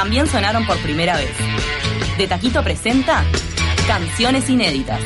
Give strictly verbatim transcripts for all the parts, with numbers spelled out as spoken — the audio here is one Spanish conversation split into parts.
también sonaron por primera vez. De Taquito presenta Canciones Inéditas.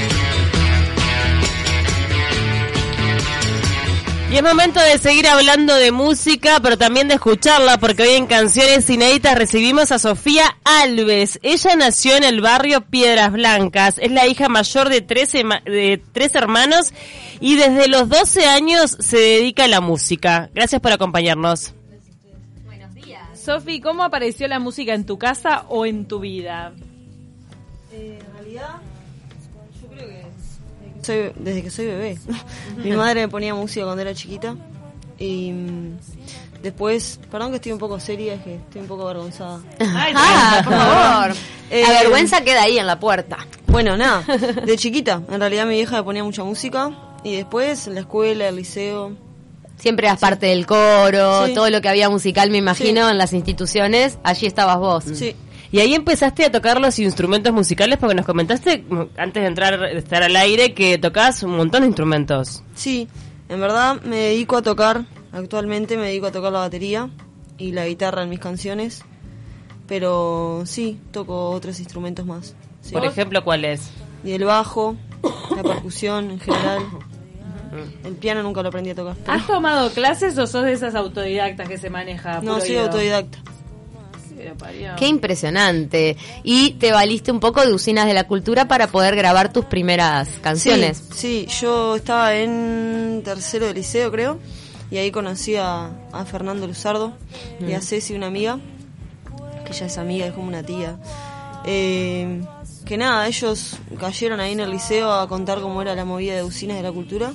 Y es momento de seguir hablando de música, pero también de escucharla, porque hoy en Canciones Inéditas recibimos a Sofía Alves. Ella nació en el barrio Piedras Blancas, es la hija mayor de tres, de tres hermanos y desde los doce años se dedica a la música. Gracias por acompañarnos. Buenos días. Sofi, ¿cómo apareció la música en tu casa o en tu vida? Eh, en realidad, yo creo que soy, desde que soy bebé. Mi madre me ponía música cuando era chiquita y mm, después, perdón que estoy un poco seria, es que estoy un poco avergonzada. Ay, ah, por favor. Eh, la vergüenza queda ahí en la puerta. Bueno, nada, de chiquita, en realidad mi vieja me ponía mucha música y después en la escuela, el liceo. Siempre eras sí. parte del coro, sí. todo lo que había musical, me imagino, sí. en las instituciones, allí estabas vos. Sí. Y ahí empezaste a tocar los instrumentos musicales porque nos comentaste, antes de entrar, de estar al aire, que tocabas un montón de instrumentos. Sí, en verdad me dedico a tocar, actualmente me dedico a tocar la batería y la guitarra en mis canciones, pero sí, toco otros instrumentos más. Sí. Por ejemplo, ¿cuál es? Y el bajo, la percusión en general. El piano nunca lo aprendí a tocar. ¿Has tomado clases o sos de esas autodidactas que se maneja? No, soy autodidacta. Qué impresionante. Y te valiste un poco de Usinas de la Cultura para poder grabar tus primeras canciones. Sí, sí, yo estaba en tercero de liceo, creo, y ahí conocí a, a Fernando Luzardo mm. y a Ceci, una amiga, que ya es amiga, es como una tía. Eh, que nada, ellos cayeron ahí en el liceo a contar cómo era la movida de Usinas de la Cultura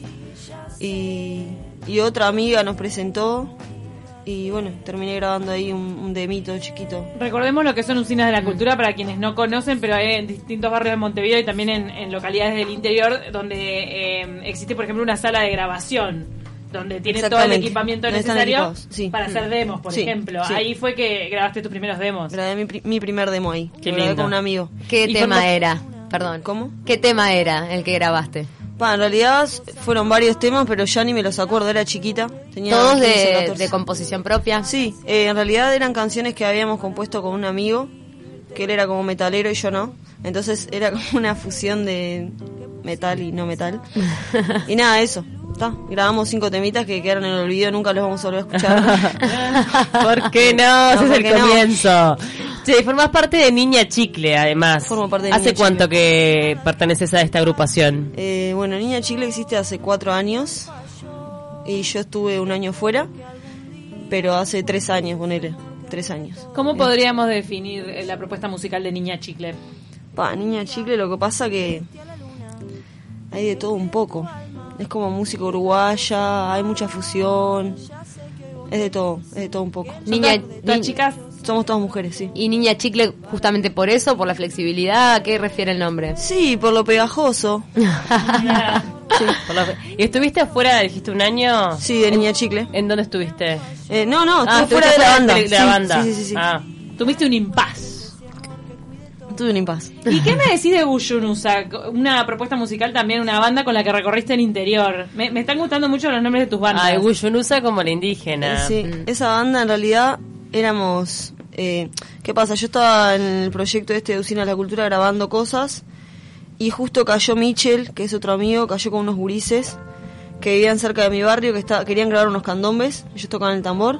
y, y otra amiga nos presentó. Y bueno, terminé grabando ahí un, un demito chiquito. Recordemos lo que son Usinas de la Cultura para quienes no conocen, pero hay en distintos barrios de Montevideo y también en, en localidades del interior donde eh, existe, por ejemplo, una sala de grabación donde tiene todo el equipamiento necesario sí. para hacer demos, por sí, ejemplo. Sí. Ahí fue que grabaste tus primeros demos. Grabé mi, mi primer demo ahí. Qué lo grabé lindo. con un amigo. ¿Qué ¿Y tema cuando... era? Perdón. ¿Cómo? ¿Qué tema era el que grabaste? Pa, en realidad fueron varios temas, pero ya ni me los acuerdo, era chiquita. Tenía ¿Todos quince, de, catorce. de composición propia? Sí, eh, en realidad eran canciones que habíamos compuesto con un amigo, que él era como metalero y yo no. Entonces era como una fusión de metal y no metal. Y nada, eso. Está, grabamos cinco temitas que quedaron en el olvido, nunca los vamos a volver a escuchar. ¿Por qué no? Ese No, es el ¿por qué comienzo. Sí, formás parte de Niña Chicle, además. Formo parte de ¿Hace Niña cuánto Chicle. que perteneces a esta agrupación? Eh, bueno, Niña Chicle existe hace cuatro años y yo estuve un año fuera, pero hace tres años, ponele, tres años. ¿Cómo eh. podríamos definir la propuesta musical de Niña Chicle? Pa, Niña Chicle, lo que pasa que hay de todo un poco. Es como música uruguaya, hay mucha fusión, es de todo, es de todo un poco. Niña, ¿Las ni- chicas? Somos todas mujeres, sí. ¿Y Niña Chicle justamente por eso, por la flexibilidad? ¿A qué refiere el nombre? Sí, por lo pegajoso. Sí. Por la- ¿Y estuviste afuera, dijiste un año? Sí, de Niña Chicle. ¿En dónde estuviste? Eh, no, no, estuve Ah, fuera estuviste de la banda. de la Sí, banda. Sí, sí, sí, sí. Ah. Tuviste un impas. Tuve un impas. ¿Y qué me decís de Guyunusa? Una propuesta musical también, una banda con la que recorriste el interior. Me, me están gustando mucho los nombres de tus bandas. Ah, Guyunusa como la indígena. Sí, Mm. esa banda en realidad éramos... Eh, ¿Qué pasa? Yo estaba en el proyecto este de Usina de la Cultura grabando cosas y justo cayó Michel, que es otro amigo, cayó con unos gurises que vivían cerca de mi barrio, que está, querían grabar unos candombes, ellos tocaban el tambor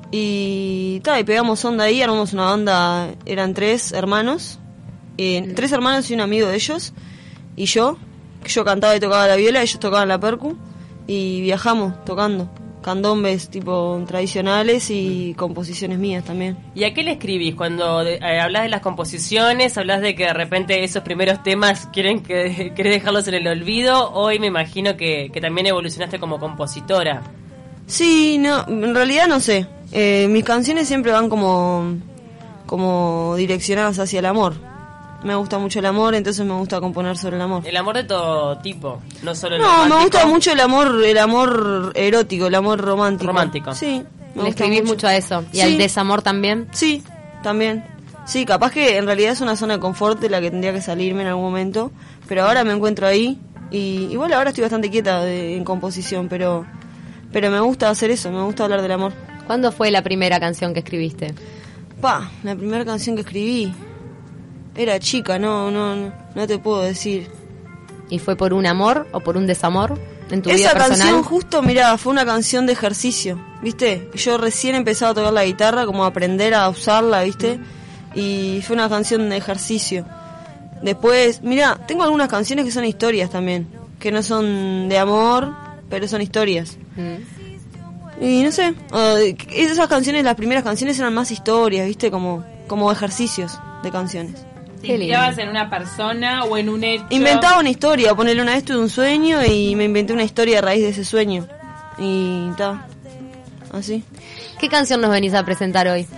y, ta, y pegamos onda ahí, armamos una banda, eran tres hermanos, eh, tres hermanos y un amigo de ellos y yo, que yo cantaba y tocaba la viola, ellos tocaban la percu y viajamos tocando candombes tipo tradicionales y composiciones mías también. ¿Y a qué le escribís cuando de- eh, hablas de las composiciones? ¿Hablas de que de repente esos primeros temas quieren que querés dejarlos en el olvido? Hoy me imagino que, que también evolucionaste como compositora. Sí, no, en realidad no sé. Eh, mis canciones siempre van como, como direccionadas hacia el amor. Me gusta mucho el amor, entonces me gusta componer sobre el amor. El amor de todo tipo, no solo el No, romántico. me gusta mucho el amor, el amor erótico, el amor romántico. Romántico. Sí, me Le gusta escribís mucho a eso. ¿Y Sí. al desamor también? Sí, también. Sí, capaz que en realidad es una zona de confort de la que tendría que salirme en algún momento, pero ahora me encuentro ahí y igual ahora estoy bastante quieta de- en composición, pero pero me gusta hacer eso, me gusta hablar del amor. ¿Cuándo fue la primera canción que escribiste? Pa, la primera canción que escribí. Era chica, no, no, no, no te puedo decir. ¿Y fue por un amor o por un desamor en tu vida Esa personal? canción justo, mirá, fue una canción de ejercicio, ¿viste? Yo recién empezaba a tocar la guitarra, como a aprender a usarla, ¿viste? Y fue una canción de ejercicio. Después, mirá, tengo algunas canciones que son historias también, que no son de amor, pero son historias. Mm. Y no sé, uh, esas canciones, las primeras canciones eran más historias, ¿viste? Como, como ejercicios de canciones. ¿Te inspirabas en una persona o en un hecho? Inventaba una historia, ponerle una vez tuve un sueño y me inventé una historia a raíz de ese sueño. Y ta, así. ¿Qué canción nos venís a presentar hoy?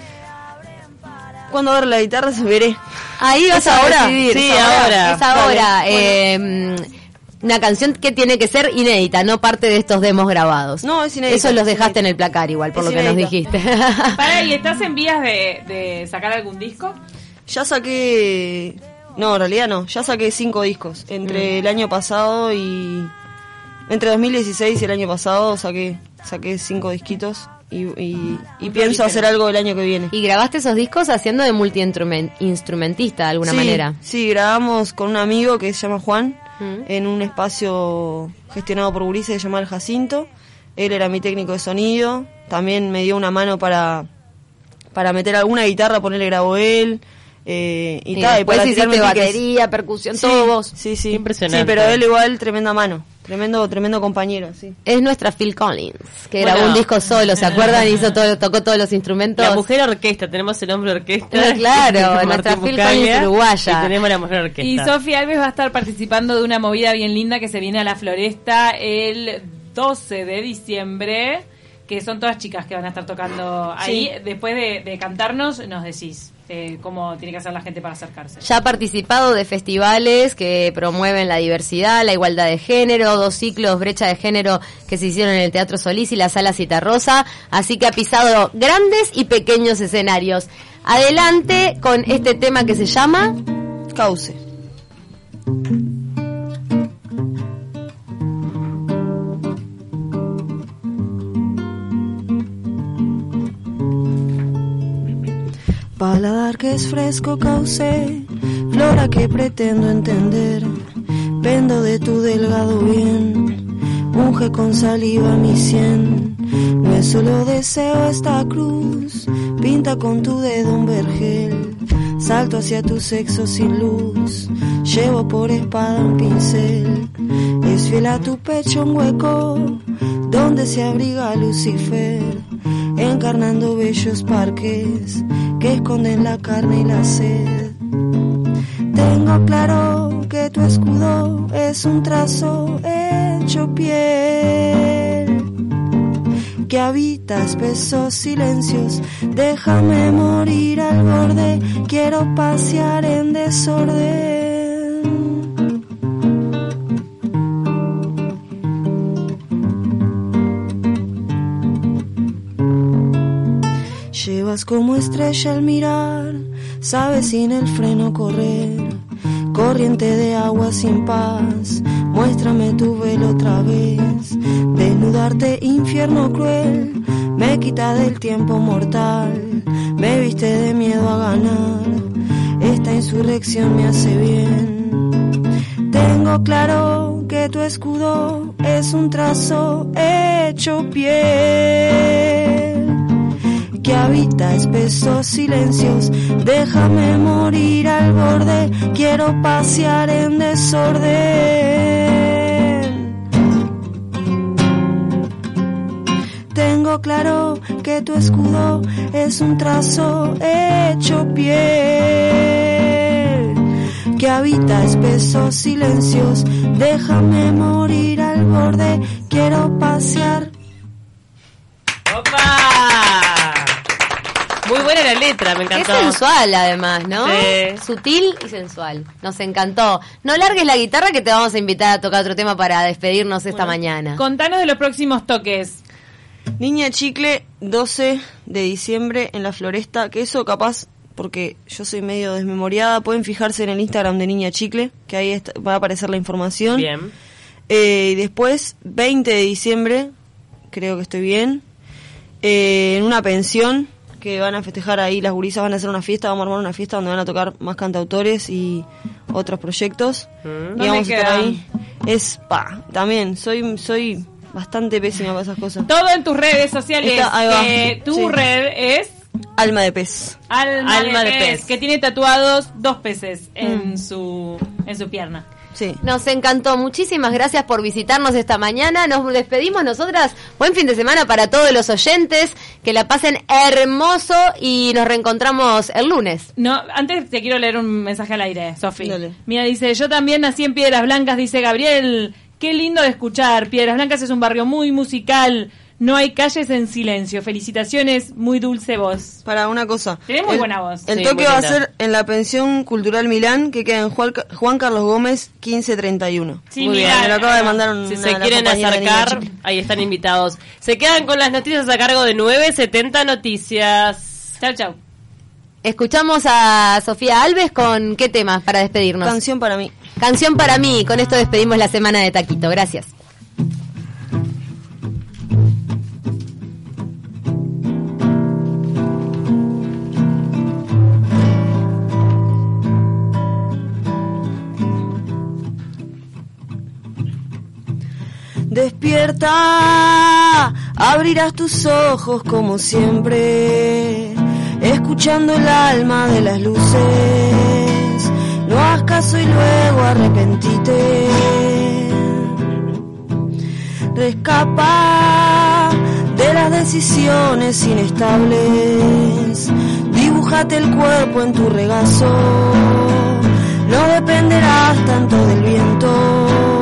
Cuando agarre la guitarra se veré. Ahí vas a ahora. decidir. Sí, es ahora. Es ahora. Vale. Eh, Bueno. Una canción que tiene que ser inédita, no parte de estos demos grabados. No, es inédita. Eso los dejaste inédita. en el placar igual, por Es lo que inédita. nos dijiste. Para, ¿y estás en vías de, de sacar algún disco? Ya saqué... No, en realidad no. Ya saqué cinco discos. Entre mm. el año pasado y... Entre dos mil dieciséis y el año pasado saqué saqué cinco disquitos. Y, y, y pienso hacer algo el año que viene. ¿Y grabaste esos discos haciendo de multi-instrumentista de alguna sí, manera? Sí, grabamos con un amigo que se llama Juan, ¿Mm? en un espacio gestionado por Gurises, se llama El Jacinto. Él era mi técnico de sonido. También me dio una mano para, para meter alguna guitarra, ponerle grabó él. Eh, y, y tal, después y para hiciste batería, percusión, sí, todo vos. Sí, sí. Impresionante. Sí, pero él igual tremenda mano. Tremendo, tremendo compañero, sí. Es nuestra Phil Collins, que Bueno. grabó un disco solo, ¿se acuerdan? Hizo todo, tocó todos los instrumentos. La mujer orquesta, tenemos el hombre orquesta. Claro, nuestra Phil Collins uruguaya. Y tenemos la mujer orquesta. Y Sofía Alves va a estar participando de una movida bien linda que se viene a La Floresta el doce de diciembre, que son todas chicas que van a estar tocando ahí. Sí. Después de, de cantarnos, nos decís eh, cómo tiene que hacer la gente para acercarse. Ya ha participado de festivales que promueven la diversidad, la igualdad de género, dos ciclos brecha de género que se hicieron en el Teatro Solís y la Sala Citarrosa, así que ha pisado grandes y pequeños escenarios. Adelante con este tema que se llama Cauce. Paladar que es fresco, cauce, flora que pretendo entender, pendo de tu delgado bien, unge con saliva mi sien, no es solo deseo esta cruz, pinta con tu dedo un vergel, salto hacia tu sexo sin luz, llevo por espada un pincel, es fiel a tu pecho un hueco, donde se abriga Lucifer, encarnando bellos parques que esconden la carne y la sed. Tengo claro que tu escudo es un trazo hecho piel, que habita espesos silencios. Déjame morir al borde, quiero pasear en desorden. Llevas como estrella al mirar, sabes sin el freno correr, corriente de agua sin paz, muéstrame tu velo otra vez, desnudarte infierno cruel, me quita del tiempo mortal, me viste de miedo a ganar, esta insurrección me hace bien, tengo claro que tu escudo es un trazo hecho piel, que habita espesos silencios, déjame morir al borde, quiero pasear en desorden. Tengo claro que tu escudo es un trazo hecho piel, que habita espesos silencios, déjame morir al borde, quiero pasear. ¡Opa! Muy buena la letra, me encantó. Es sensual además, ¿no? Sí. Sutil y sensual. Nos encantó. No largues la guitarra que te vamos a invitar a tocar otro tema para despedirnos esta Bueno, mañana. Contanos de los próximos toques. Niña Chicle, doce de diciembre en La Floresta, que eso capaz, porque yo soy medio desmemoriada, pueden fijarse en el Instagram de Niña Chicle, que ahí está, va a aparecer la información. Bien. Eh, y después, veinte de diciembre, creo que estoy bien, eh, en una pensión que van a festejar ahí, las gurisas van a hacer una fiesta, vamos a armar una fiesta donde van a tocar más cantautores y otros proyectos. Mm. Y vamos a queda? estar ahí. Es, pa, también, soy soy bastante pésima con esas cosas. Todo en tus redes sociales. Está, ahí va. Eh, tu Sí. red es Alma de pez. Alma, Alma de, de pez, pez. que tiene tatuados dos peces en Mm. su en su pierna. Sí. Nos encantó, muchísimas gracias por visitarnos esta mañana, nos despedimos nosotras, buen fin de semana para todos los oyentes, que la pasen hermoso y nos reencontramos el lunes. No, antes te quiero leer un mensaje al aire, Sofi. Dale. Mira, dice, yo también nací en Piedras Blancas, dice Gabriel. Qué lindo de escuchar. Piedras Blancas es un barrio muy musical. No hay calles en silencio. Felicitaciones, muy dulce voz. Para una cosa. Tenés muy el, buena voz. El Sí, toque muy va a linda. ser en la Pensión Cultural Milán, que queda en Juan, Juan Carlos Gómez, quince treinta y uno. Sí, Muy mira, bien, Me lo acaba de mandar un, Si una se la quieren compañera de Niña acercar, Chica. ahí están invitados. Se quedan con las noticias a cargo de nueve setenta Noticias. Chau, chau. Escuchamos a Sofía Alves con qué tema para despedirnos. Canción para mí. Canción para mí, con esto despedimos la semana de Taquito, gracias. Despierta, abrirás tus ojos como siempre, escuchando el alma de las luces. No hagas caso y luego arrepentite. Rescapa de las decisiones inestables. Dibújate el cuerpo en tu regazo. No dependerás tanto del viento.